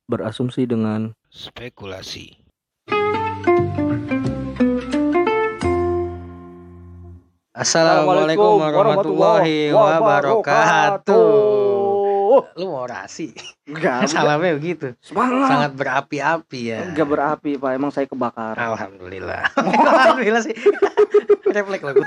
berasumsi dengan spekulasi. Assalamualaikum warahmatullahi wabarakatuh. Lu mau orasi? Enggak, Salamnya begitu. semangat. Sangat berapi-api ya. Enggak berapi, Pak. Emang saya kebakar. Alhamdulillah. Alhamdulillah sih. Refleks lah gue.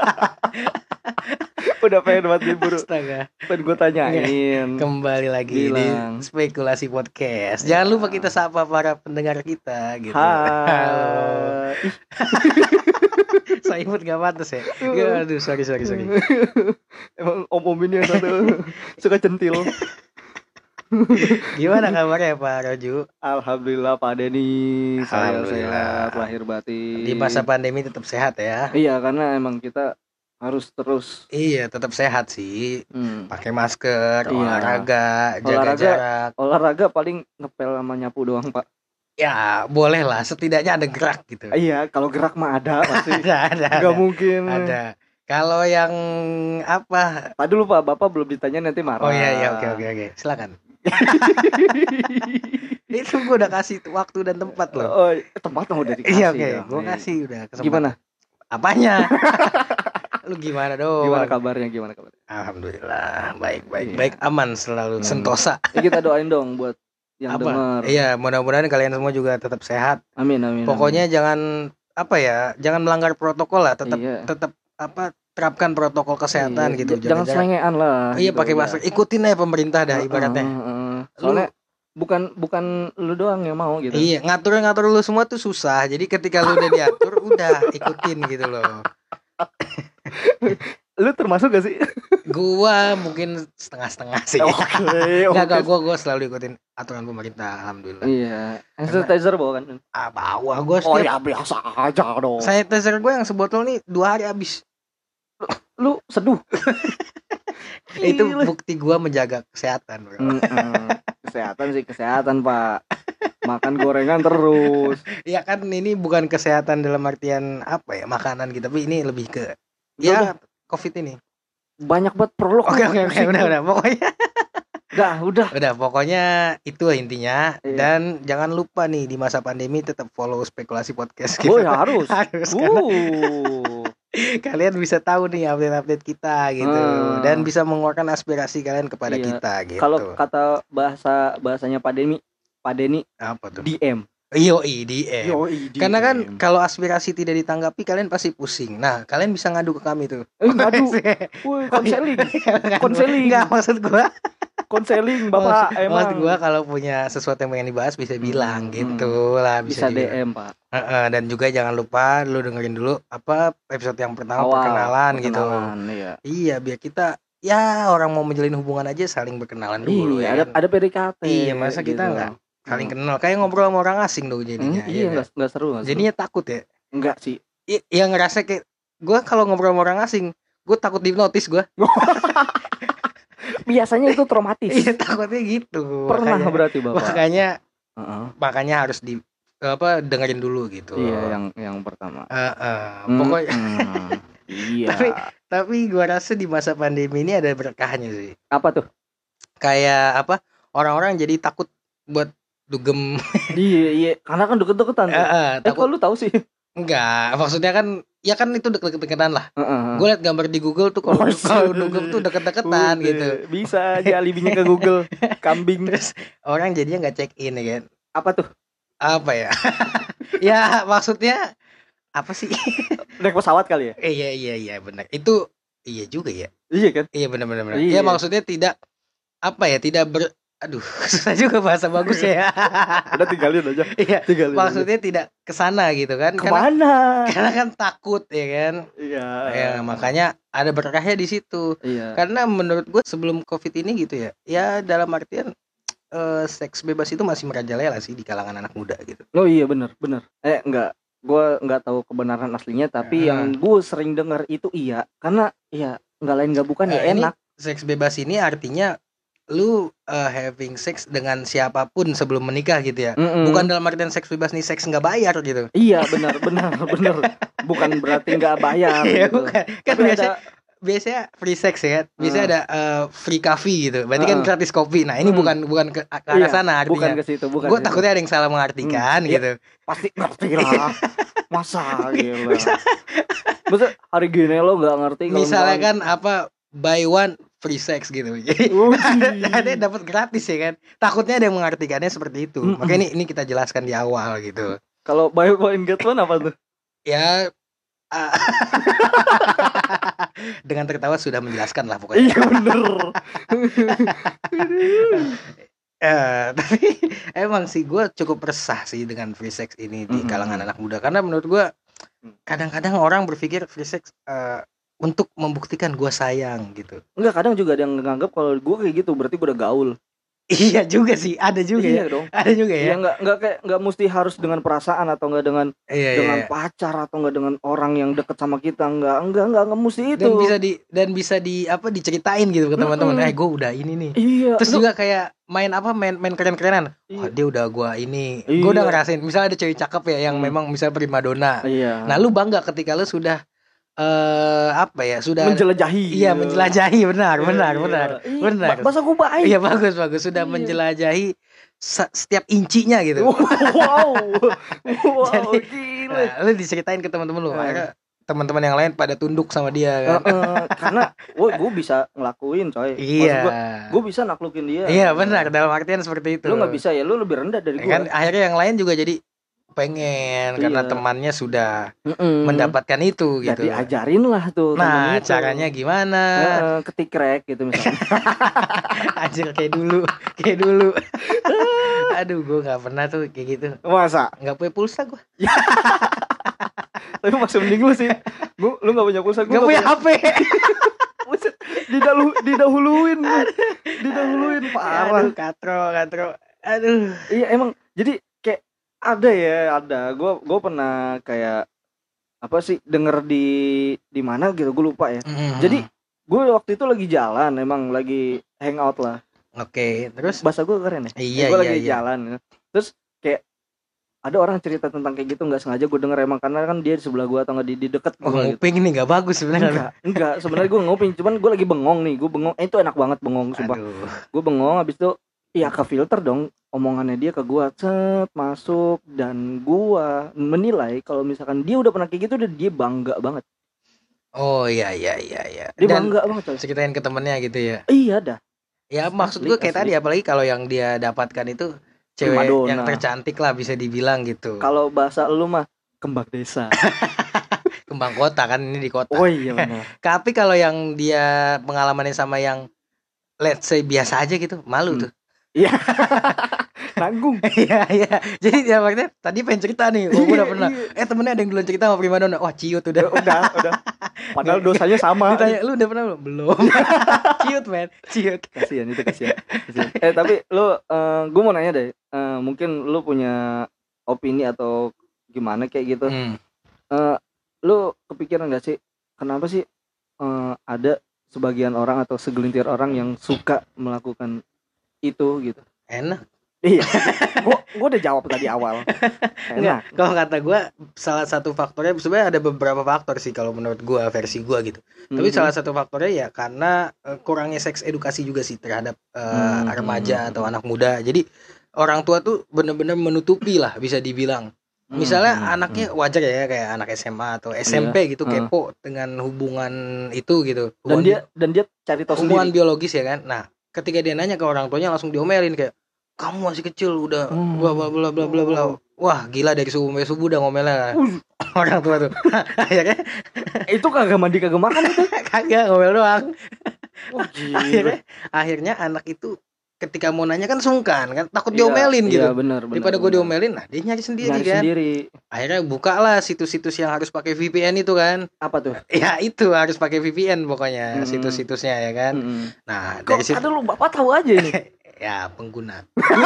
Udah pengen banget libur. Astaga. Pengen gue tanyain. Kembali lagi Bilang. di Spekulasi Podcast. Jangan lupa kita sapa para pendengar kita gitu. Hai. Saya imut gak pantas ya. Aduh, sorry. Emang om ini yang satu suka centil. Gimana kabarnya Pak Roju? Alhamdulillah Pak Denny, saya sehat lahir batin. Di masa pandemi tetap sehat ya. Iya, karena emang kita harus terus. Iya, tetap sehat sih. Pakai masker, olahraga, jaga jarak. Olahraga paling ngepel sama nyapu doang, Pak. Ya, boleh lah, setidaknya ada gerak gitu. Iya, kalau gerak mah ada pasti. ada. Gak mungkin. Ada. Kalau yang apa? Pak dulu Pak, Bapak belum ditanya nanti marah. Oh iya, oke. Silakan. Itu gue udah kasih waktu dan tempat loh. Oh, tempat udah dikasih. Iya, oke. Gue kasih udah kesempatan. Gimana? Apanya? Lu gimana dong? Gimana kabarnya? Alhamdulillah, baik, aman selalu, sentosa. Ya, kita doain dong buat yang dengar. Iya, mudah-mudahan kalian semua juga tetap sehat. Amin. Pokoknya jangan jangan melanggar protokol lah, tetap terapkan protokol kesehatan gitu. Jangan selengean lah. Iya, gitu, pakai masker. Ikutin aja pemerintah dah ibaratnya. Soalnya bukan lu doang yang mau gitu. Iya, ngatur lu semua tuh susah. Jadi ketika lu udah diatur, udah ikutin gitu loh. Lu termasuk gak sih? Gua mungkin setengah-setengah sih. Oke. Enggak, gua selalu ikutin aturan pemerintah, alhamdulillah. Iya. Sanitizer bawa kan? Bawa gua setiap. Oh ya biasa aja dong. Sanitizer gua yang sebotol nih 2 hari habis. Lu seduh. Itu bukti gua menjaga kesehatan, bro. Kesehatan, Pak. Makan gorengan terus. Ya kan ini bukan kesehatan dalam artian makanan gitu, tapi ini lebih ke COVID ini. Banyak banget prolog. Oke, udah pokoknya. Udah, pokoknya itu intinya. Iya. Dan jangan lupa nih di masa pandemi tetap follow Spekulasi Podcast kita. Oh ya harus. Kalian bisa tahu nih update kita gitu. Dan bisa mengeluarkan aspirasi kalian kepada kita gitu. Kalau kata bahasanya Pak Denny apa tuh? DM. Yoi, DM. Karena kan kalau aspirasi tidak ditanggapi kalian pasti pusing. Nah, kalian bisa ngadu ke kami tuh. Ngadu. Konseling. Enggak, maksud gua konseling Bapak emang. Maksud gua kalau punya sesuatu yang pengen dibahas bisa bilang gitu lah, bisa DM, Pak. Dan juga jangan lupa lu dengerin dulu episode yang pertama perkenalan gitu. Iya, biar kita orang mau menjalin hubungan aja saling berkenalan dulu. Iya, ada PDKT. Iya, masa kita enggak saling kenal, kayak ngobrol sama orang asing dong jadinya. Iya, enggak seru. Jadinya takut ya? Enggak sih. Iya, ngerasa kayak gue kalau ngobrol sama orang asing, gue takut dihipnotis gue. Biasanya itu traumatis. Iya, takutnya gitu. Pernah berarti Bapak. Makanya harus dengerin dulu gitu. Iya, yang pertama. Pokoknya. Iya. Tapi gue rasa di masa pandemi ini ada berkahnya sih. Apa tuh? Kayak orang-orang jadi takut buat dugem. Iya, karena kan deket-deketan. Kok lu tahu sih? Enggak, maksudnya kan itu deket-deketan lah. Gue liat gambar di Google tuh kalau dugem tuh deket-deketan gitu. Bisa aja alibinya ke Google. Kambing. Terus orang jadinya nggak check in ya kan? Apa tuh? Apa ya? Ya maksudnya apa sih? Naik pesawat kali ya? Iya benar. Itu iya juga ya. Iya kan? Iya benar. Iya maksudnya tidak aduh, susah juga bahasa bagus ya. Udah tinggalin aja. Iya. Maksudnya tidak kesana gitu kan? Kemana? Karena kan takut ya kan. Iya. Ya makanya ada berkahnya di situ. Iya. Karena menurut gue sebelum COVID ini gitu ya. Ya dalam artian seks bebas itu masih merajalela sih di kalangan anak muda gitu. Oh iya benar. Enggak. Gue nggak tahu kebenaran aslinya, tapi yang gue sering dengar itu iya. Karena ya nggak lain nggak bukan ya enak. Seks bebas ini artinya lu having sex dengan siapapun sebelum menikah gitu ya. Bukan dalam artian seks bebas nih seks nggak bayar gitu. Iya benar. Bukan berarti nggak bayar. Iya gitu. bukan. Kan biasanya free sex ya kan. Biasanya ada free coffee gitu. Berarti kan gratis kopi. Nah, ini bukan ke arah sana artinya. Bukan ke situ, bukan. Gue takutnya ada yang salah mengartikan gitu. Pasti ngerti lah. Masa gila. Masa hari gini lo gak ngerti. Misalnya kan apa buy one free sex gitu. Jadi ada dapat gratis ya kan. Takutnya ada yang mengartikannya seperti itu. Makanya ini kita jelaskan di awal gitu. Kalau buy one get one apa tuh? Ya dengan tertawa sudah menjelaskan lah pokoknya. Iya bener. Tapi emang sih gue cukup resah sih dengan free sex ini di kalangan anak muda. Karena menurut gue kadang-kadang orang berpikir free sex untuk membuktikan gue sayang gitu. Enggak, kadang juga ada yang nganggap kalau gue kayak gitu berarti gue udah gaul. Iya juga sih, ada juga iya ya. Dong. Ada juga ya. Iya, enggak mesti harus dengan perasaan atau enggak dengan pacar atau enggak dengan orang yang deket sama kita, enggak mesti itu. Dan bisa diceritain gitu ke teman-teman. Gue udah ini nih. Iya. Terus juga kayak main keren-kerenan. Iya. Dia udah gue ini. Iya. Gue udah ngerasain. Misalnya ada cewek cakep ya yang memang misalnya primadona. Iya. Nah, lu bangga ketika lu sudah sudah menjelajahi. Iya, menjelajahi, benar. Bahasa gue baik. Iya, bagus. Sudah menjelajahi setiap incinya gitu. Wow. Jadi, gila. Lu diceritain ke teman-teman lu. Akhirnya teman-teman yang lain pada tunduk sama dia kan. Karena gue bisa ngelakuin coy. Iya. Gue bisa naklukin dia. Iya, benar, dalam artian seperti itu. Lu enggak bisa ya, lu lebih rendah dari gue. Kan akhirnya yang lain juga jadi pengen karena temannya sudah mendapatkan itu gitu. Jadi ajarin lah tuh. Nah, caranya gimana? Ketik crack gitu misalnya. Anjir kayak dulu. Aduh, gue nggak pernah tuh kayak gitu. Masa? Nggak punya pulsa gue. Tapi masih mending lu sih. Lu nggak punya pulsa, gue nggak punya HP. Didahuluin parah. Aduh, katro. Aduh. Iya emang. Jadi ada. Gue pernah kayak apa sih denger di mana gitu, gue lupa ya. Jadi gue waktu itu lagi jalan, emang lagi hangout lah. Oke, terus bahasa gue keren ya. Iya, gue lagi jalan. Terus kayak ada orang cerita tentang kayak gitu, nggak sengaja gue denger emang karena kan dia di sebelah gue atau nggak di deket gue. Nguping gitu. Ini nggak bagus sebenarnya. Enggak. Sebenarnya gue nguping, cuman gue lagi bengong nih. Gue bengong. Itu enak banget bengong, sumpah. Gue bengong, habis itu ya ke filter dong omongannya dia ke gua, masuk, dan gua menilai kalau misalkan dia udah pernah kayak gitu, dia bangga banget. Oh iya. Dia bangga banget coy. Ceritain ke temennya gitu ya. Iya dah. Ya maksud gua kayak tadi, apalagi kalau yang dia dapatkan itu cewek Madonna, yang tercantik lah bisa dibilang gitu. Kalau bahasa lu mah kembang desa. Kembang kota kan, ini di kota. Oh iya benar. Tapi kalau yang dia pengalamannya sama yang let's say biasa aja gitu, malu tuh. Iya. Nanggung. Iya. Jadi ya maksudnya tadi pengen cerita nih, gue udah pernah. Temennya ada yang duluan cerita sama primadona. Wah, ciut udah. Padahal dosanya sama. Ditanya, lu udah pernah belum? Ciut. Kasihan. Tapi lu gue mau nanya deh. Mungkin lu punya opini atau gimana kayak gitu. Lu kepikiran enggak sih kenapa sih ada sebagian orang atau segelintir orang yang suka melakukan itu gitu? Enak. Iya. Gua udah jawab tadi awal. Enak. Kalau kata gue salah satu faktornya, sebenarnya ada beberapa faktor sih kalau menurut gue, versi gue gitu. Tapi salah satu faktornya ya karena kurangnya seks edukasi juga sih terhadap remaja atau anak muda. Jadi orang tua tuh benar-benar menutupi lah bisa dibilang. Misalnya anaknya wajar ya kayak anak SMA atau SMP gitu kepo dengan hubungan itu gitu. Dan dia cari tahu hubungan sendiri. Biologis ya kan. Nah, ketika dia nanya ke orang tuanya langsung diomelin kayak, kamu masih kecil udah bla bla bla bla bla bla. Wah, gila dari subuh sampai subuh udah ngomelnya. Orang tua tuh. Akhirnya itu kagak mandi kagak makan itu. Kagak, ngomel doang. Wah, gila. Akhirnya anak itu ketika mau nanya kan sungkan kan, takut diomelin gitu. Iya, benar. Daripada gue diomelin, nah dia nyari sendiri kan. Akhirnya bukalah situs-situs yang harus pakai VPN itu kan. Apa tuh? Ya itu harus pakai VPN pokoknya situs-situsnya ya kan. Nah, dari situ ada lu bapak tahu aja ini. Ya pengguna.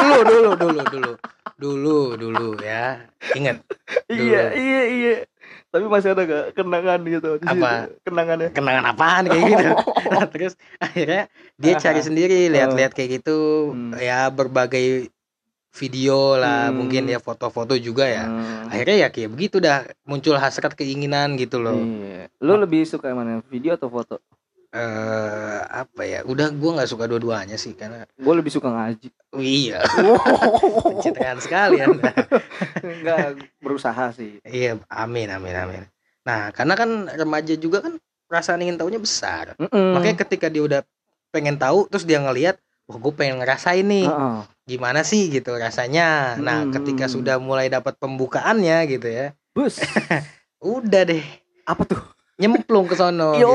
Dulu ya. Ingat. Iya. Tapi masih ada gak kenangan gitu di apa situ? Kenangan apaan kayak gitu. Nah, terus akhirnya dia cari sendiri, lihat-lihat kayak gitu. Ya berbagai video lah, mungkin ya foto-foto juga ya. Akhirnya ya kayak begitu dah, muncul hasrat keinginan gitu loh. Iya. Lu lebih suka yang mana, video atau foto? Apa ya? Udah gue nggak suka dua-duanya sih karena gue lebih suka ngaji. Iya. Pencitraan sekali Anda. Enggak berusaha sih. Iya, amin. Nah, karena kan remaja juga kan perasaan ingin tahunya besar. Makanya ketika dia udah pengen tahu terus dia ngelihat, wah gue pengen ngerasain nih. Gimana sih gitu rasanya. Nah, ketika sudah mulai dapat pembukaannya gitu ya. Bus. Udah deh. Apa tuh? Nyemplung ke sono gitu.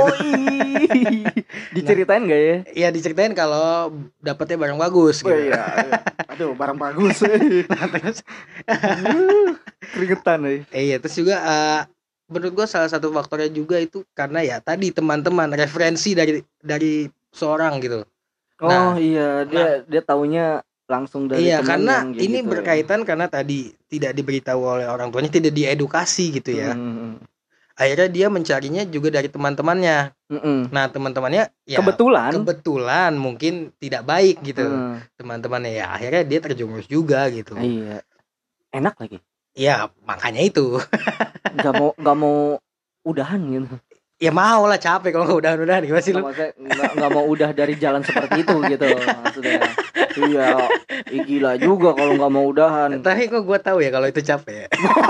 Diceritain nggak ya? Iya diceritain kalau dapetnya barang bagus gitu. Iya. Aduh, barang bagus. Nah, terus keringetan ya. Iya, terus juga menurut gua salah satu faktornya juga itu karena ya tadi teman-teman referensi dari seorang gitu. Iya, dia taunya langsung dari iya, karena gitu, ini berkaitan karena tadi tidak diberitahu oleh orang tuanya, tidak diedukasi gitu ya. Akhirnya dia mencarinya juga dari teman-temannya. Nah, teman-temannya ya kebetulan mungkin tidak baik gitu. Teman-temannya ya akhirnya dia terjerumus juga gitu. Iya. Enak lagi. Ya, makanya itu. Gak mau udahan gitu. Ya mau lah, capek kalau nggak udahan gimana sih lu? Nggak mau udah dari jalan seperti itu gitu maksudnya. Iya, gila juga kalau nggak mau udahan. Tapi kok gue tahu ya kalau itu capek.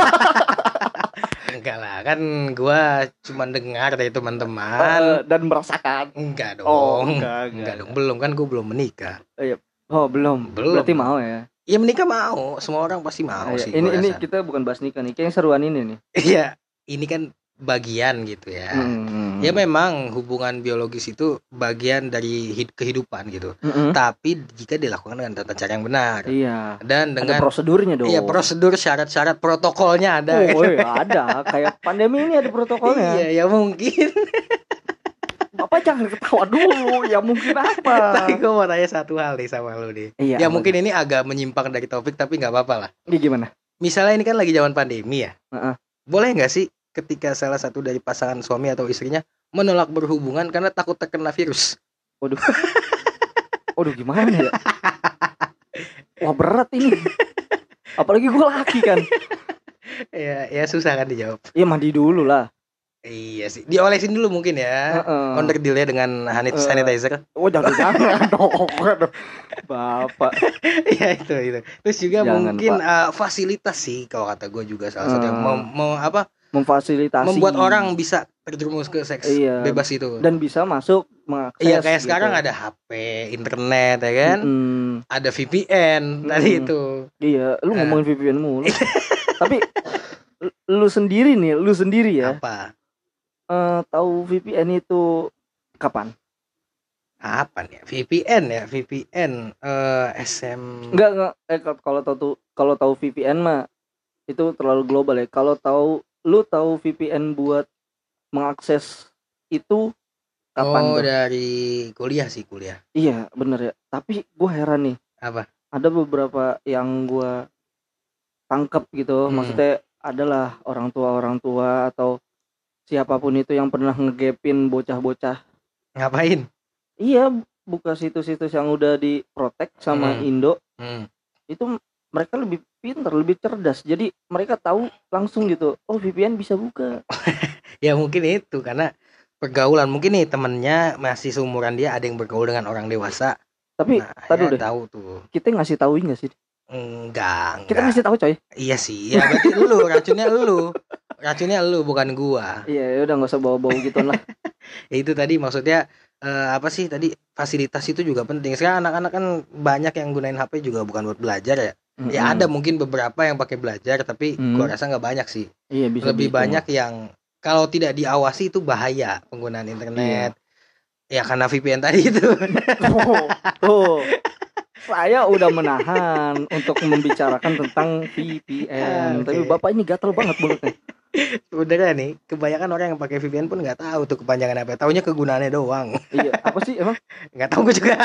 Enggak lah, kan gue cuma dengar dari teman-teman dan merasakan. Enggak dong. Enggak dong, belum, kan gue belum menikah. Belum. Berarti mau ya? Iya, menikah mau, semua orang pasti mau sih. Ini kita bukan bahas nikah nih, kayak yang seruan ini nih. Iya, ini kan bagian gitu ya. Ya memang hubungan biologis itu bagian dari kehidupan gitu. Tapi jika dilakukan dengan tata cara yang benar. Iya. Dan dengan ada prosedurnya dong. Iya, prosedur, syarat-syarat, protokolnya ada. Ada. Kayak pandemi ini ada protokolnya. Iya, ya mungkin. Bapak jangan ketawa dulu. Ya mungkin apa? Tapi gue mau tanya satu hal nih sama lu nih. Iya, ya mungkin ini agak menyimpang dari topik tapi nggak apa-apa lah. Ini gimana? Misalnya ini kan lagi zaman pandemi ya. Boleh nggak sih ketika salah satu dari pasangan suami atau istrinya menolak berhubungan karena takut terkena virus? Waduh gimana ya? Wah berat ini. Apalagi gue laki kan. Ya susah kan dijawab. Ya mandi dulu lah. Iya sih, diolesin dulu mungkin ya. Onderdilnya dengan hand sanitizer. Jangan dong. Bapak. Ya itu. Terus juga jangan, mungkin fasilitas sih kalau kata gue juga salah satu yang memfasilitasi, membuat orang bisa terjerumus ke seks bebas itu dan bisa masuk mengakses. Iya, kayak gitu. Sekarang ada HP, internet ya kan. Ada VPN tadi itu. Iya, lu ngomongin VPN mulu. Tapi lu sendiri ya. Apa? Tahu VPN itu kapan? Kapan ya? VPN SM. Enggak. Kalau tahu VPN mah itu terlalu global ya. Kalau lu tahu VPN buat mengakses itu kapan? Dari kuliah. Iya, bener ya. Tapi gue heran nih. Apa? Ada beberapa yang gue tangkap gitu. Maksudnya adalah orang tua atau siapapun itu yang pernah ngegepin bocah-bocah. Ngapain? Iya, buka situs-situs yang udah diprotek sama Indo. Itu mereka lebih pintar, lebih cerdas. Jadi mereka tahu langsung gitu. Oh, VPN bisa buka. Ya mungkin itu karena pergaulan. Mungkin nih temennya masih seumuran dia, ada yang bergaul dengan orang dewasa. Tapi tadi udah tahu tuh. Kita ngasih tahu enggak sih? Enggak. Kita ngasih tahu coy. Iya sih. Ya berarti racunnya lu bukan gua. Iya, udah enggak usah bawa-bawa gitu lah. Ya itu tadi maksudnya apa sih tadi, fasilitas itu juga penting. Sekarang anak-anak kan banyak yang gunain HP juga bukan buat belajar ya. Ya ada mungkin beberapa yang pakai belajar tapi gua rasa nggak banyak sih. Iya, bisa lebih banyak yang kalau tidak diawasi itu bahaya penggunaan internet. Ya karena VPN tadi itu. Saya udah menahan untuk membicarakan tentang VPN. Tapi Bapak ini gatel banget mulutnya. Udah nih, kebanyakan orang yang pakai VPN pun nggak tahu tuh kepanjangan apa. Taunya kegunaannya doang. Iya, apa sih emang? Nggak tahu gue juga.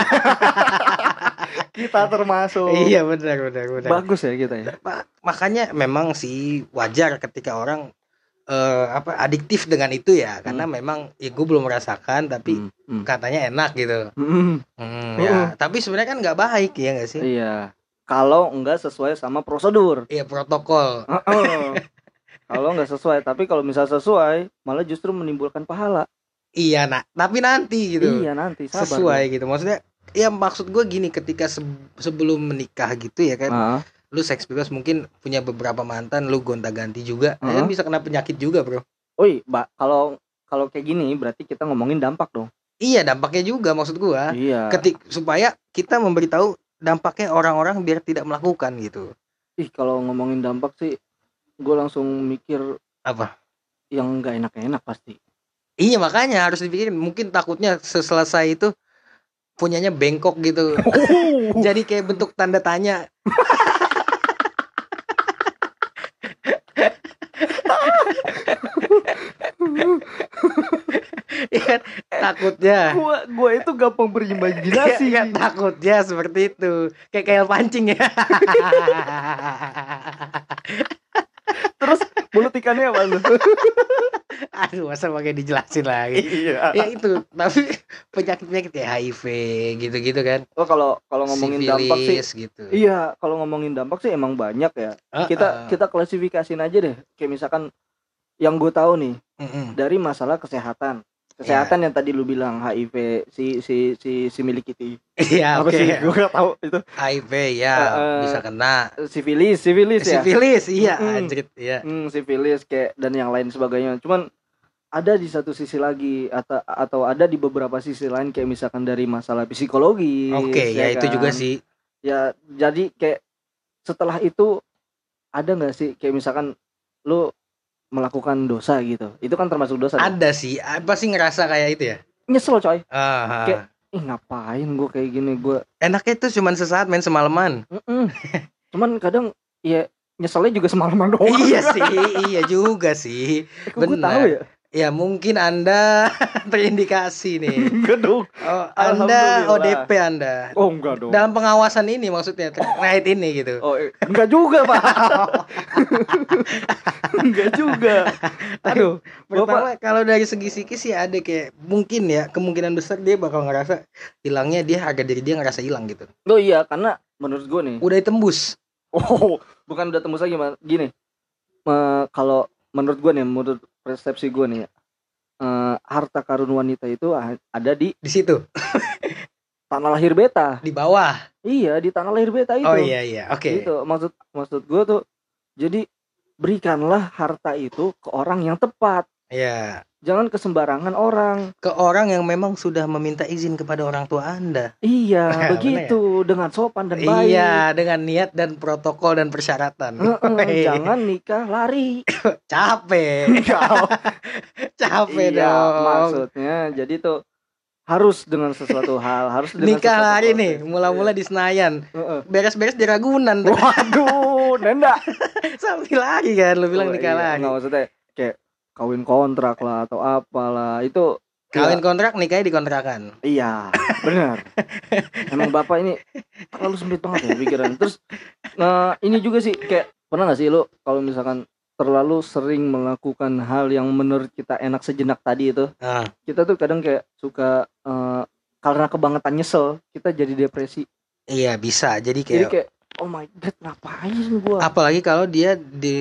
Kita termasuk. Iya, benar. Bagus ya kita ya. Makanya memang sih wajar ketika orang adiktif dengan itu ya, karena memang ya gue belum merasakan tapi katanya enak gitu. Ya, tapi sebenarnya kan nggak baik ya nggak sih? Iya. Kalau nggak sesuai sama prosedur. Iya, protokol. Kalau nggak sesuai, tapi kalau misal sesuai malah justru menimbulkan pahala. Iya, tapi nanti gitu. Iya, nanti sabar sesuai dong. gitu. Maksudnya ya maksud gue gini, ketika sebelum menikah gitu ya kan. Lu seks bebas mungkin punya beberapa mantan, lu gonta-ganti juga. Kan bisa kena penyakit juga, Bro. Oi, kalau kayak gini berarti kita ngomongin dampak dong. Iya, dampaknya juga maksud gua. Iya. Supaya kita memberitahu dampaknya orang-orang biar tidak melakukan gitu. Ih, kalau ngomongin dampak sih gue langsung mikir apa? Yang nggak enak-enak pasti. Iya, makanya harus dipikirin. Mungkin takutnya selesai itu punyanya bengkok gitu. Jadi kayak bentuk tanda tanya. Ya, takutnya gua itu gampang berimajinasi. Ya, takutnya seperti itu. Kayak pancing ya. Terus mulut ikannya apa lu? Aduh, masa pakai dijelasin lagi. Iya. Ya itu, tapi penyakit-penyakit kayak HIV gitu-gitu kan. Oh, kalau ngomongin dampak sih gitu. Iya, kalau ngomongin dampak sih emang banyak ya. Kita klasifikasiin aja deh. Kayak misalkan yang gue tahu nih, dari masalah kesehatan yang tadi lu bilang HIV si milik itu. Iya, oke. Gue gak tahu itu. HIV ya, bisa kena. Sifilis ya. Sifilis, iya, anjrit, iya. Sifilis kayak dan yang lain sebagainya. Cuman ada di satu sisi lagi atau ada di beberapa sisi lain kayak misalkan dari masalah psikologi. Oke, ya itu juga sih. Ya, jadi kayak setelah itu ada nggak sih kayak misalkan lu melakukan dosa gitu, itu kan termasuk dosa. Ada sih, apa sih ngerasa kayak itu ya? Nyesel coy. Kayak ngapain gue kayak gini, gue enaknya itu cuman sesaat main semalaman. Cuman kadang ya nyeselnya juga semalaman doang. Iya sih, iya juga sih. Benar. Gue tahu ya. Ya mungkin Anda terindikasi nih. Enggak dong. Anda ODP Anda. Oh enggak dong. Dalam pengawasan ini maksudnya terkait ini gitu. Oh enggak juga Pak. Enggak juga. Aduh, pertama kalau dari segi psikis sih ada kayak mungkin ya kemungkinan besar dia bakal ngerasa hilangnya dia, harga diri dia ngerasa hilang gitu. Oh iya, karena menurut gue nih udah tembus. Oh, bukan udah tembus lagi gini. Kalau menurut gue nih, menurut persepsi gue nih, harta karun wanita itu ada di situ. Tanah lahir beta. Di bawah. Iya, di tanah lahir beta itu. Oh iya, oke. Itu maksud gue tuh, jadi berikanlah harta itu ke orang yang tepat. Iya. Jangan ke sembarangan orang. Ke orang yang memang sudah meminta izin kepada orang tua Anda. Iya, begitu, dengan sopan dan baik. Iya, dengan niat dan protokol dan persyaratan. Jangan nikah lari. Capek. Capek dong. Maksudnya jadi tuh harus dengan sesuatu hal, harus dengan nikah lari nih, mula-mula di Senayan. Beres-beres di Ragunan. Waduh, nenda. Sambil lagi kan lu bilang nikah lari. Enggak, maksudnya kayak kawin kontrak lah atau apalah, itu kawin kontrak, nikahnya di kontrakan. Iya, benar. Emang bapak ini terlalu sempit banget ya pikiran. Terus ini juga sih, kayak pernah gak sih lu kalau misalkan terlalu sering melakukan hal yang menurut kita enak sejenak tadi itu, kita tuh kadang kayak suka karena kebangetan nyesel, kita jadi depresi. Iya, bisa. Jadi kayak oh my god, ngapain gua? Apalagi kalau dia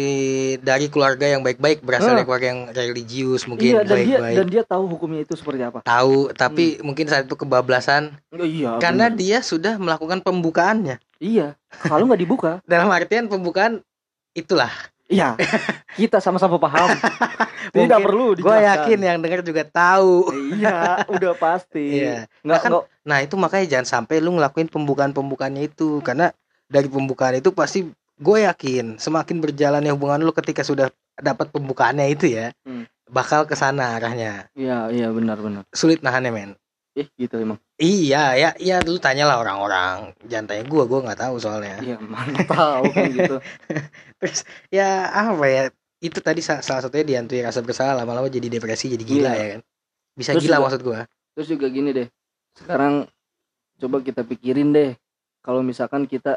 dari keluarga yang baik-baik, berasal dari keluarga yang religius mungkin. Iya, baik-baik. Dan dia tahu hukumnya itu seperti apa. Tahu, tapi mungkin saat itu kebablasan. Iya. Karena dia sudah melakukan pembukaannya. Iya. Kalau nggak dibuka. Dalam artian pembukaan itulah. Iya. Kita sama-sama paham. Tidak perlu dijelaskan. Gue yakin yang dengar juga tahu. Iya, udah pasti. Iya. Nah, itu makanya jangan sampai lu ngelakuin pembukaannya itu, karena dari pembukaan itu pasti gue yakin semakin berjalannya hubungan lu ketika sudah dapat pembukaannya itu ya, bakal kesana arahnya. Iya benar. Sulit nahannya, men. Gitu emang. Iya ya lu tanyalah orang-orang, jangan tanya gue nggak tahu soalnya. Iya, mana tahu kan gitu. Terus ya apa ya, itu tadi salah satunya dihantui rasa bersalah, lama-lama jadi depresi, jadi gila ya kan. Bisa terus gila juga, maksud gue. Terus juga gini deh, sekarang coba kita pikirin deh, kalau misalkan kita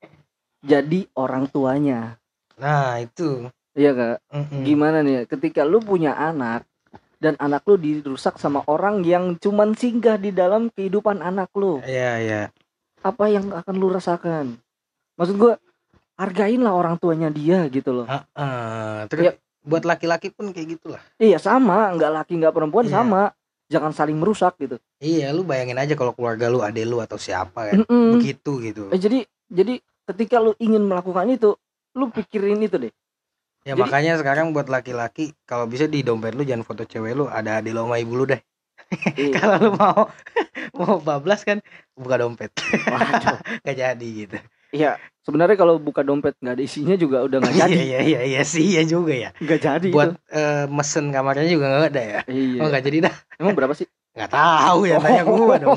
jadi orang tuanya. Nah itu. Iya Kak. Gimana nih ketika lu punya anak dan anak lu dirusak sama orang yang cuman singgah di dalam kehidupan anak lu. Iya. Apa yang akan lu rasakan? Maksud gue, hargainlah orang tuanya dia gitu loh. Terus ya, buat laki-laki pun kayak gitulah. Iya sama, nggak laki nggak perempuan sama. jangan saling merusak gitu. Iya, lu bayangin aja kalau keluarga lu, adek lu atau siapa kan, begitu gitu. Jadi ketika lu ingin melakukan itu, lu pikirin itu deh. Ya jadi, makanya sekarang buat laki-laki kalau bisa di dompet lu jangan foto cewek lu, ada adek lu sama ibu lu deh. Kalau lu mau bablas kan buka dompet. Waduh, nggak jadi gitu. Iya, sebenarnya kalau buka dompet nggak ada isinya juga udah nggak jadi. Iya sih, iya juga ya. Nggak jadi. Buat mesen kamarnya juga nggak ada ya. Iya. Oh nggak jadi dah. Emang berapa sih? Nggak tahu ya, tanya gua dong.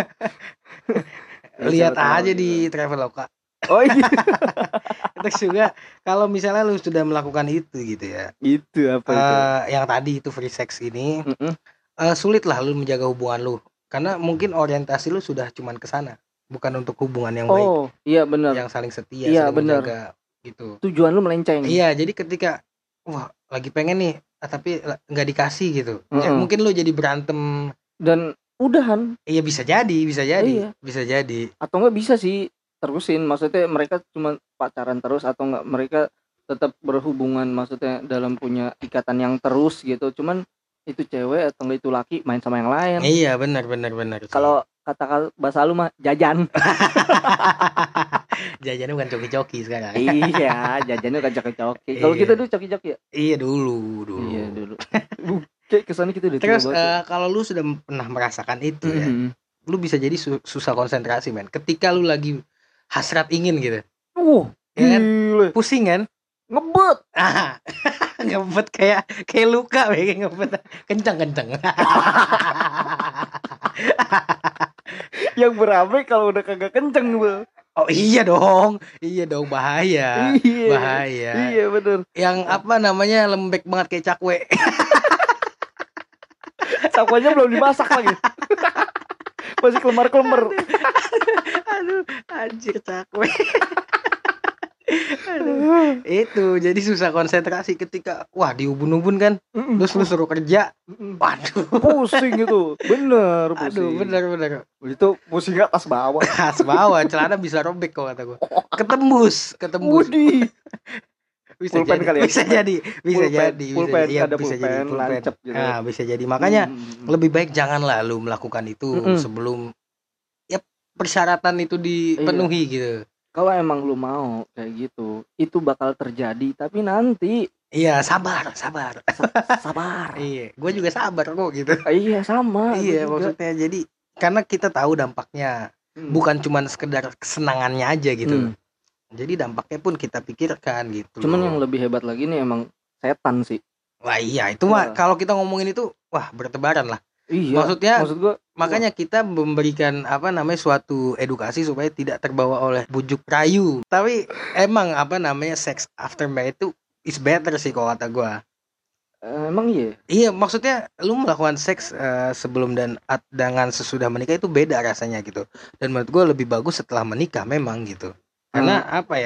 Lihat aja di Traveloka. Oh iya. Terus juga kalau misalnya lu sudah melakukan itu gitu ya. Itu apa itu? Yang tadi itu free sex ini, sulit lah lu menjaga hubungan lu. Karena mungkin orientasi lu sudah cuman ke sana, bukan untuk hubungan yang baik. Oh, iya benar. Yang saling setia, saling menjaga gitu. Tujuan lu melenceng. Iya, jadi ketika wah, lagi pengen nih, tapi nggak dikasih gitu. Mungkin lu jadi berantem dan udahan. Iya, bisa jadi. Iya. Bisa jadi. Atau enggak bisa sih terusin, maksudnya mereka cuma pacaran terus, atau enggak mereka tetap berhubungan, maksudnya dalam punya ikatan yang terus gitu. Cuman itu cewek atau enggak itu laki main sama yang lain. Iya, benar. Kalau kata bahasa lu mah jajan. Jajannya bukan coki-coki sekarang. Iya, jajannya bukan coki-coki. Kalau kita dulu coki-coki ya? Iya, dulu. Iya, dulu. Kayak kesannya gitu deh. Terus kalau lu sudah pernah merasakan itu ya, lu bisa jadi susah konsentrasi, men. Ketika lu lagi hasrat ingin gitu. Ya kan? Pusing kan? Ngebet. Ngebet kayak luka, kayak ngebet kencang. Yang berabe kalau udah kagak kenceng, Bu. Oh iya dong, bahaya. Iya bener. Yang apa namanya, lembek banget kayak cakwe. Cakwenya belum dimasak lagi. Masih kelemar-kelemar. Aduh, anjir cakwe. Itu jadi susah konsentrasi ketika di ubun-ubun kan, terus lu suruh kerja, waduh pusing itu, bener pusing. Aduh bener itu pusingnya atas bawah, celana bisa robek kok kata gue, ketembus. Bisa pulpen jadi, kali ya? bisa jadi lancep gitu. Nah, bisa jadi, makanya lebih baik janganlah lu melakukan itu sebelum ya persyaratan itu dipenuhi gitu. Kalau emang lu mau kayak gitu, itu bakal terjadi, tapi nanti. Iya, sabar. Iya, gue juga sabar kok gitu. Iya, sama. Iya, maksudnya jadi karena kita tahu dampaknya, bukan cuma sekedar kesenangannya aja gitu. Jadi dampaknya pun kita pikirkan gitu. Cuman yang lebih hebat lagi nih emang setan sih. Wah iya, itu mah kalau kita ngomongin itu, bertebaran lah. Iya. Maksud gua, makanya kita memberikan suatu edukasi supaya tidak terbawa oleh bujuk rayu. Tapi emang sex after marriage itu is better sih kalau kata gua. Emang iya? Iya, maksudnya lu melakukan seks sebelum dan dengan sesudah menikah itu beda rasanya gitu. Dan menurut gua lebih bagus setelah menikah memang gitu. Karena apa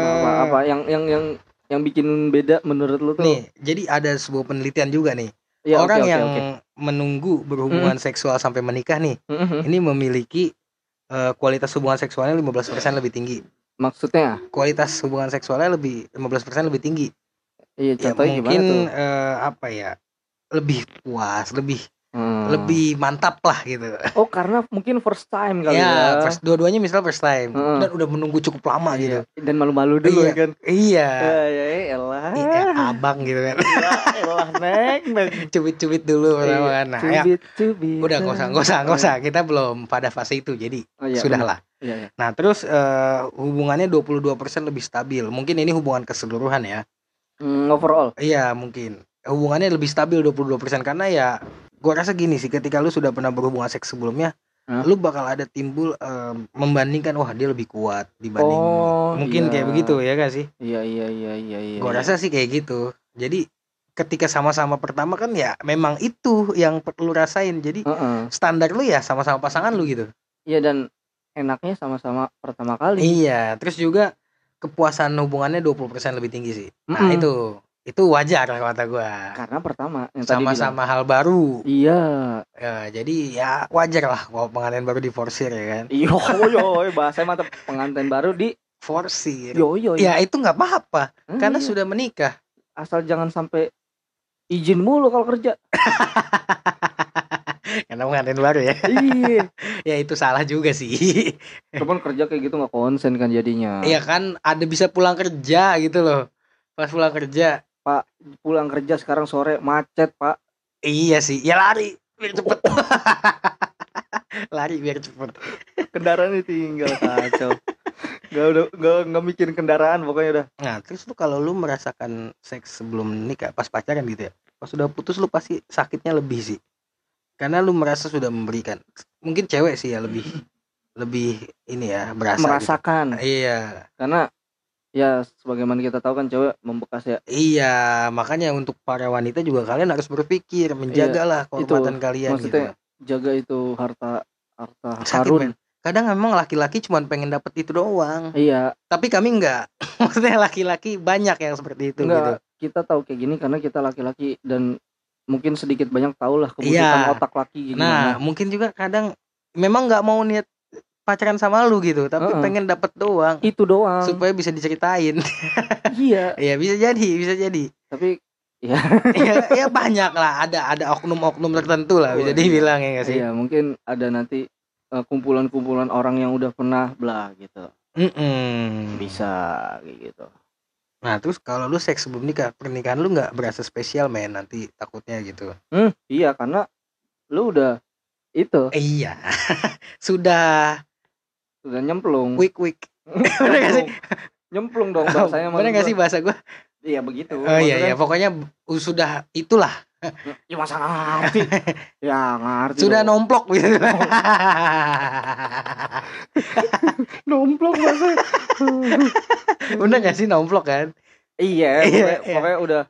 yang bikin beda menurut lu tuh? Nih, jadi ada sebuah penelitian juga nih. Ya, orang yang menunggu berhubungan seksual sampai menikah nih, ini memiliki kualitas hubungan seksualnya 15% lebih tinggi. Maksudnya? Kualitas hubungan seksualnya 15% lebih tinggi. Iya, contohnya mungkin gimana tuh? lebih puas, lebih mantap lah gitu. Oh, karena mungkin first time kali ya. Dua-duanya misal first time dan udah menunggu cukup lama gitu. Dan malu-malu dulu kan. Iya. Elah. Abang gitu kan. Elah, neng. Cubit-cubit dulu pertama kan. Nah, cubit. Udah enggak usah. Kita belum pada fase itu. Jadi sudahlah. Iya. Nah, terus hubungannya 22% lebih stabil. Mungkin ini hubungan keseluruhan ya. Overall. Iya, mungkin. Hubungannya lebih stabil 22% karena ya gue rasa gini sih, ketika lu sudah pernah berhubungan seks sebelumnya, lu bakal ada timbul membandingkan, wah dia lebih kuat dibanding mungkin kayak begitu ya gak sih? Iya. Gue rasa sih kayak gitu. Jadi ketika sama-sama pertama kan ya memang itu yang perlu rasain. Jadi standar lu ya sama-sama pasangan lu gitu. Iya, dan enaknya sama-sama pertama kali. Iya, terus juga kepuasan hubungannya 20% lebih tinggi sih. Nah, itu wajar kata gue. Karena pertama yang sama-sama hal baru. Iya. Ya, jadi ya wajar lah kalau pengantin baru diforsir ya kan. Yo, bahasa mantap, pengantin baru diforsir. Yo. Ya itu nggak apa-apa, karena sudah menikah. Asal jangan sampai izin mulu kalau kerja. Karena pengantin baru ya. Iya. Ya itu salah juga sih. Cuman kerja kayak gitu nggak konsen kan jadinya. Iya kan, ada bisa pulang kerja gitu loh. Pas pulang kerja, Pak, pulang kerja sekarang sore macet, Pak. iya sih, ya lari biar cepet. Lari biar cepet. Kendaraan tinggal kacau. Nggak mikirin kendaraan pokoknya udah. Nah, terus lu kalau lu merasakan seks sebelum nikah, pas pacaran gitu ya, pas sudah putus lu pasti sakitnya lebih sih. Karena lu merasa sudah memberikan. Mungkin cewek sih ya lebih ini ya, berasa merasakan. Gitu. Iya. Karena ya sebagaimana kita tahu kan cewek membekas ya. Iya, makanya untuk para wanita juga kalian harus berpikir menjagalah kehormatan kalian maksudnya, gitu. Jaga itu harta karun. Kadang memang laki-laki cuma pengen dapet itu doang. Iya. Tapi kami enggak. Maksudnya laki-laki banyak yang seperti itu. Enggak, gitu. Kita tahu kayak gini karena kita laki-laki dan mungkin sedikit banyak tahu lah kebutuhan otak laki gimana. Nah, mungkin juga kadang memang nggak mau niat pacaran sama lu gitu, tapi pengen dapet doang. Itu doang. Supaya bisa diceritain. Iya. Iya, bisa jadi. Tapi ya banyak lah, ada oknum-oknum tertentu lah bisa dibilang ya nggak sih? Iya, mungkin ada nanti kumpulan-kumpulan orang yang udah pernah blah gitu. Bisa kayak gitu. Nah, terus kalau lu seks sebelum nikah, pernikahan lu nggak berasa spesial men nanti takutnya gitu? Iya, karena lu udah itu. Iya. Sudah nyemplung. Wik. Bener gak sih? Nyemplung dong bahasanya. Bener gak sih bahasa gue? Iya begitu. Oh iya, pokoknya sudah itulah. Ya masa ngerti. Ya ngerti. Sudah dong. Nomplok gitu. Nomplok masa. Bener gak sih nomplok kan? Iya, pokoknya udah.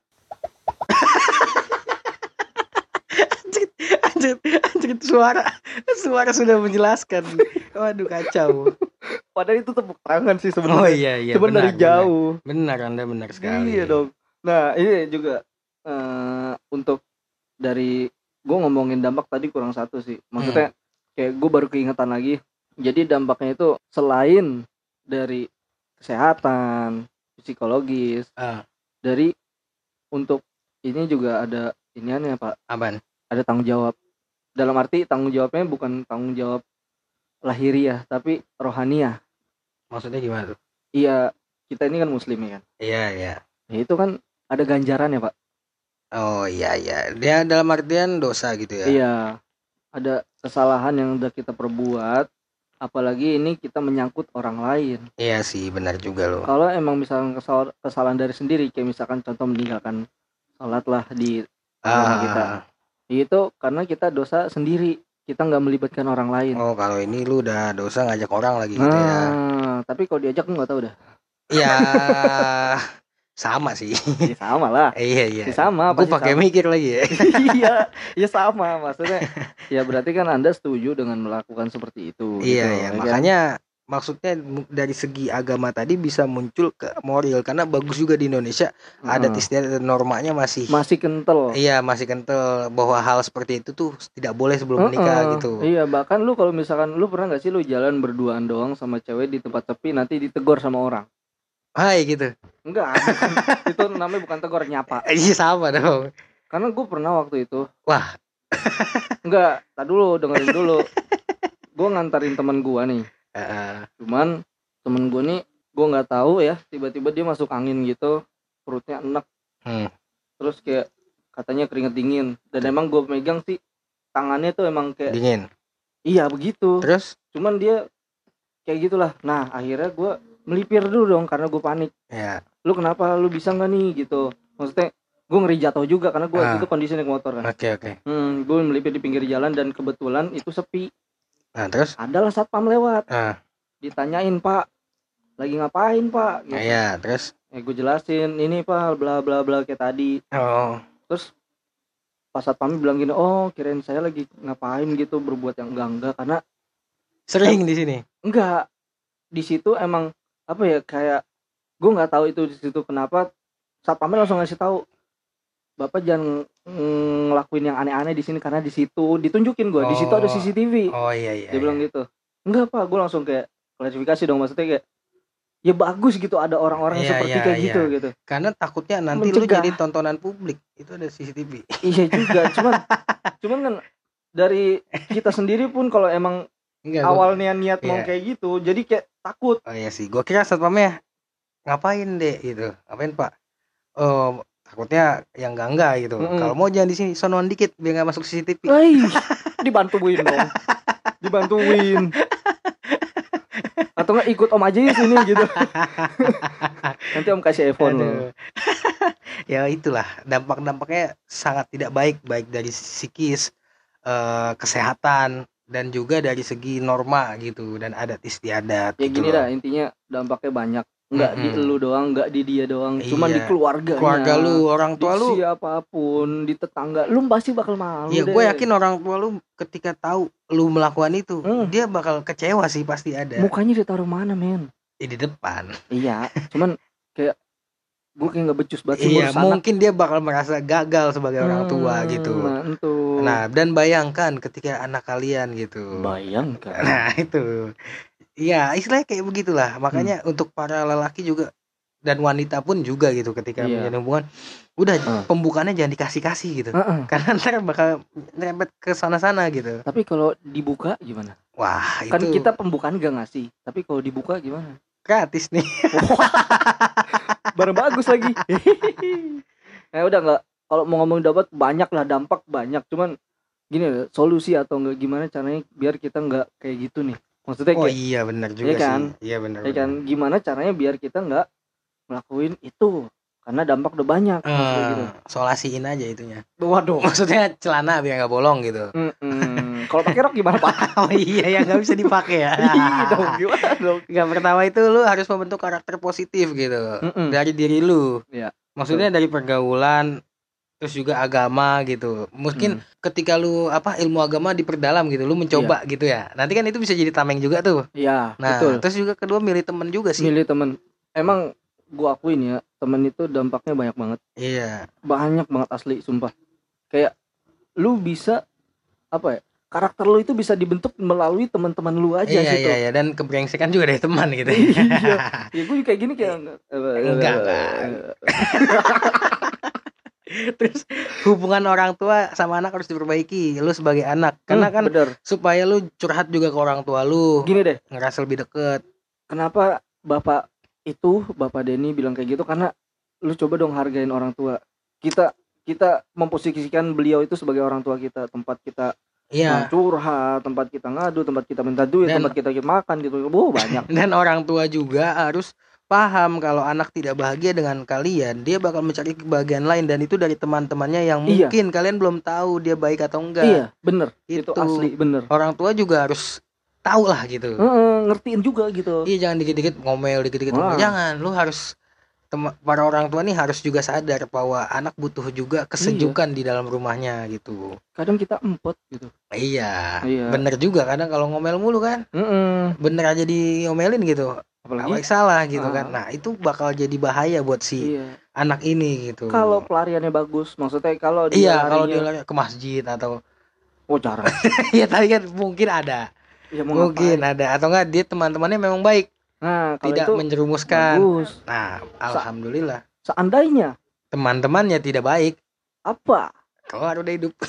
Anjir suara sudah menjelaskan. Waduh kacau. Padahal itu tepuk tangan sih sebenarnya. Oh iya. Cuma dari jauh. Benar, Anda benar sekali. Iya dong. Nah, ini juga untuk dari gue ngomongin dampak tadi kurang satu sih. Maksudnya kayak gue baru keingetan lagi. Jadi dampaknya itu selain dari kesehatan, psikologis, dari untuk ini juga ada iniannya Pak. Apaan? Ada tanggung jawab. Dalam arti tanggung jawabnya bukan tanggung jawab lahiriah, tapi rohaniah. Maksudnya gimana tuh? Iya, kita ini kan muslim ya kan? Iya. Ya itu kan ada ganjaran ya Pak? Oh iya. Dia dalam artian dosa gitu ya? Iya, ada kesalahan yang udah kita perbuat, apalagi ini kita menyangkut orang lain. Iya sih, benar juga loh. Kalau emang misalkan kesalahan dari sendiri, kayak misalkan contoh meninggalkan sholat lah di rumah kita, itu karena kita dosa sendiri. Kita nggak melibatkan orang lain. Oh, kalau ini lu udah dosa ngajak orang lagi gitu ya. Tapi kalau diajak nggak tahu dah. Iya. Sama sih. Ya, sama lah. Iya. Ya, sama. Gue pakai mikir lagi ya. Iya sama. Maksudnya, ya berarti kan Anda setuju dengan melakukan seperti itu. Iya. Makanya maksudnya dari segi agama tadi bisa muncul ke moral, karena bagus juga di Indonesia adat istiadat normanya masih kental. Iya, masih kental bahwa hal seperti itu tuh tidak boleh sebelum menikah gitu. Iya, bahkan lu kalau misalkan lu pernah nggak sih lu jalan berduaan doang sama cewek di tempat sepi, nanti ditegur sama orang? Hai gitu. Enggak, itu namanya bukan tegur, nyapa. Iya sama dong. Karena gue pernah waktu itu. Wah. Enggak, dengerin dulu. Gue ngantarin teman gue nih. Cuman temen gue nih, gue nggak tahu ya, tiba-tiba dia masuk angin gitu, perutnya enek. Terus kayak katanya keringet dingin, dan emang gue megang sih tangannya tuh emang kayak dingin. Iya begitu. Terus cuman dia kayak gitulah. Nah akhirnya gue melipir dulu dong karena gue panik. Ya. Lu kenapa, lu bisa nggak nih gitu? Maksudnya gue ngeri jatuh juga karena gue itu kondisi naik motor kan. Oke. Gue melipir di pinggir jalan dan kebetulan itu sepi. Nah terus? Adalah satpam lewat. Ditanyain, Pak, lagi ngapain Pak? Gitu. Iya terus? Gue jelasin, ini Pak, bla bla bla kayak tadi. Terus pas satpam bilang gini, oh kirain saya lagi ngapain gitu, berbuat yang enggak karena sering di sini. Enggak, di situ emang apa ya, kayak gue nggak tahu itu di situ kenapa satpamnya langsung ngasih tahu, Bapak jangan ngelakuin yang aneh-aneh di sini karena di situ ditunjukin gue, di situ ada CCTV. Oh iya. Dia bilang gitu. Enggak Pak, gue langsung kayak klarifikasi dong, maksudnya kayak ya bagus gitu ada orang-orang seperti kayak gitu. Karena takutnya nanti lu jadi tontonan publik, itu ada CCTV. Iya juga, cuman kan dari kita sendiri pun kalau emang awalnya niat mau kayak gitu, jadi kayak takut. Oh iya sih, gue kira satpamnya ngapain deh gitu, ngapain Pak? Oh takutnya yang enggak gitu. Kalau mau jangan di sini, sonoan dikit biar nggak masuk CCTV. Dibantuin dong, dibantuin. Atau nggak ikut om aja di sini gitu. Nanti om kasih iPhone loh. Ya itulah dampak-dampaknya sangat tidak baik dari psikis, kesehatan dan juga dari segi norma gitu dan adat istiadat. Ya gitu gini dah, intinya dampaknya banyak. Nggak di lu doang, nggak di dia doang, cuman di keluarga lu, orang tua lu, siapapun, di tetangga, lu pasti bakal malu. Iya, gue yakin orang tua lu ketika tahu lu melakukan itu, dia bakal kecewa sih, pasti ada. Mukanya ditaruh mana, men? Di depan. Iya, cuman kayak gue kayak nggak becus banget. Iya, mungkin dia bakal merasa gagal sebagai orang tua gitu. Nah, dan bayangkan ketika anak kalian gitu. Bayangkan. Nah, itu. Iya, istilahnya kayak begitulah. Makanya untuk para lelaki juga dan wanita pun juga gitu ketika menjalin hubungan, udah pembukaannya jangan dikasih-kasih gitu. Karena ntar bakal nyerempet ke sana-sana gitu. Tapi kalau dibuka gimana? Wah, kan itu kita pembukaan gak ngasih. Tapi kalau dibuka gimana? Gratis nih. Barang bagus lagi. Udah nggak. Kalau mau ngomong dapat banyak lah, dampak banyak. Cuman gini, solusi atau enggak gimana caranya biar kita nggak kayak gitu nih. Maksudnya kayak, iya benar juga kan? sih. Iya benar. Ya kan, gimana caranya biar kita nggak ngelakuin itu karena dampak udah banyak. Gitu. Solasiin aja itunya. Waduh. Maksudnya celana biar nggak bolong gitu. Kalau pakai rok gimana Pak? Oh iya ya nggak bisa dipakai ya. Iya dong, gimana dong? Yang pertama itu lu harus membentuk karakter positif gitu dari diri lu. Iya. Maksudnya dari pergaulan. Terus juga agama gitu. Mungkin ketika lu ilmu agama diperdalam gitu, lu mencoba gitu ya. Nanti kan itu bisa jadi tameng juga tuh. Iya, nah, betul. Terus juga kedua milih temen juga sih. Milih temen. Emang gua akuin ya, temen itu dampaknya banyak banget. Iya. Banyak banget asli, sumpah. Kayak lu bisa karakter lu itu bisa dibentuk melalui teman-teman lu aja gitu. Iya, dan kebrengsekan juga dari teman gitu. Iya. Ya gue kayak gini kayak enggak. Terus hubungan orang tua sama anak harus diperbaiki. Lu sebagai anak, karena kan supaya lu curhat juga ke orang tua lu. Gini deh, ngerasa lebih deket. Kenapa Bapak Denny bilang kayak gitu? Karena lu coba dong hargain orang tua. Kita memposisikan beliau itu sebagai orang tua kita, tempat kita curhat, tempat kita ngadu, tempat kita minta duit, tempat kita makan gitu. Banyak. Dan orang tua juga harus paham kalau anak tidak bahagia dengan kalian, dia bakal mencari kebahagiaan lain, dan itu dari teman-temannya yang mungkin kalian belum tahu dia baik atau enggak. Iya, bener. Itu asli, bener. Orang tua juga harus tahu lah gitu. Ngertiin juga gitu. Iya, jangan dikit-dikit ngomel, jangan. Lu harus para orang tua nih harus juga sadar bahwa anak butuh juga kesejukan di dalam rumahnya gitu. Kadang kita empot gitu. Iya. Bener juga, kadang kalau ngomel mulu kan. Bener aja diomelin gitu. Apalagi salah gitu kan. Nah, itu bakal jadi bahaya buat si anak ini gitu. Kalau pelariannya bagus, maksudnya kalau dia kalau dia lari ke masjid atau jarang. Ya tapi kan mungkin ada. Ya, mungkin ada atau enggak dia teman-temannya memang baik. Nah, tidak itu menjerumuskan. Bagus. Nah, alhamdulillah. Seandainya teman-temannya tidak baik, apa? Keluar udah hidup.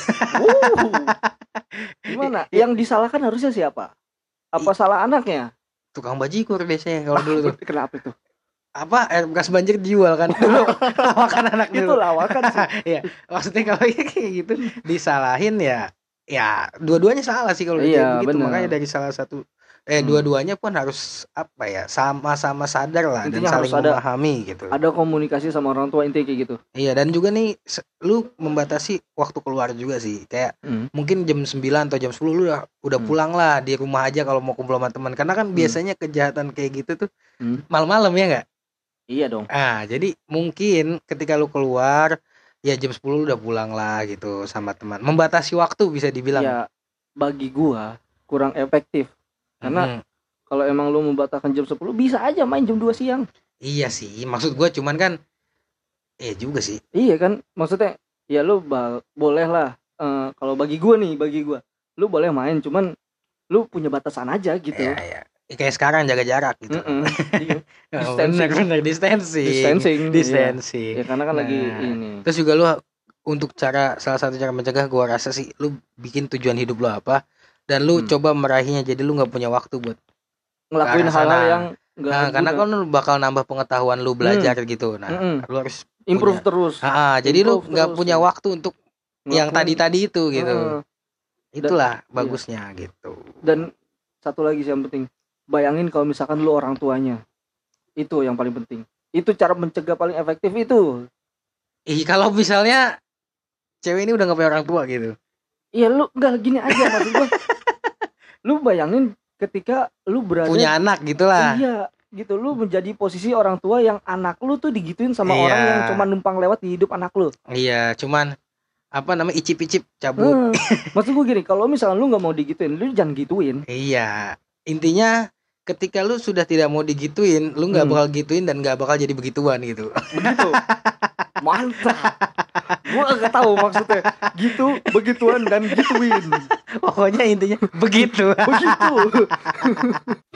Gimana? Yang disalahkan harusnya siapa? Apa salah anaknya? Tukang bajigur biasanya kalau dulu tuh. Kenapa itu? Air bekas banjir dijual kan dulu. Lawakan anak dulu. Itu lawakan sih. Iya. Maksudnya kalau kayak gitu disalahin ya dua-duanya salah sih kalau kayak begitu. Makanya dari salah satu dua-duanya pun harus sama-sama sadar lah. Intinya dan saling memahami gitu. Ada komunikasi sama orang tua, intinya kayak gitu. Iya, dan juga nih lu membatasi waktu keluar juga sih. Kayak mungkin jam 9 atau jam 10 lu udah pulang lah, di rumah aja kalau mau kumpul sama teman. Karena kan biasanya kejahatan kayak gitu tuh malam-malam ya enggak? Iya dong. Jadi mungkin ketika lu keluar ya jam 10 lu udah pulang lah gitu sama teman. Membatasi waktu bisa dibilang. Ya, bagi gua kurang efektif. Karena kalau emang lu membatalkan jam 10 bisa aja main jam 2 siang. Iya sih, maksud gue cuman kan juga sih. Iya kan, maksudnya ya lu boleh lah kalau bagi gue lu boleh main, cuman lu punya batasan aja gitu. Iya. Kayak sekarang jaga jarak gitu. Distancing. Distancing. Ya karena kan lagi ini. Terus juga lu untuk salah satu cara mencegah gue rasa sih lu bikin tujuan hidup lu apa dan lu coba meraihnya, jadi lu nggak punya waktu buat ngelakuin hal-hal yang karena kan lu bakal nambah pengetahuan lu belajar gitu. Nah, lu harus improve terus. Jadi lu nggak punya waktu untuk yang tadi itu gitu. Itulah bagusnya gitu. Dan satu lagi sih yang penting, bayangin kalau misalkan lu orang tuanya, itu yang paling penting. Itu cara mencegah paling efektif itu. Kalau misalnya cewek ini udah gak punya orang tua gitu. Iya, lu enggak gini aja maksud gua. Lu bayangin ketika lu berada punya anak gitulah. Iya, gitu. Lu menjadi posisi orang tua yang anak lu tuh digituin sama orang yang cuma numpang lewat di hidup anak lu. Iya, cuman icip-icip cabut. Maksud gua gini, kalau misalnya lu enggak mau digituin, lu jangan gituin. Iya. Intinya ketika lu sudah tidak mau digituin, lu nggak bakal gituin dan nggak bakal jadi begituan gitu. Begitu. Mantap. Gua nggak tahu maksudnya gitu, begituan dan gituin. Pokoknya intinya begitu. Begitu.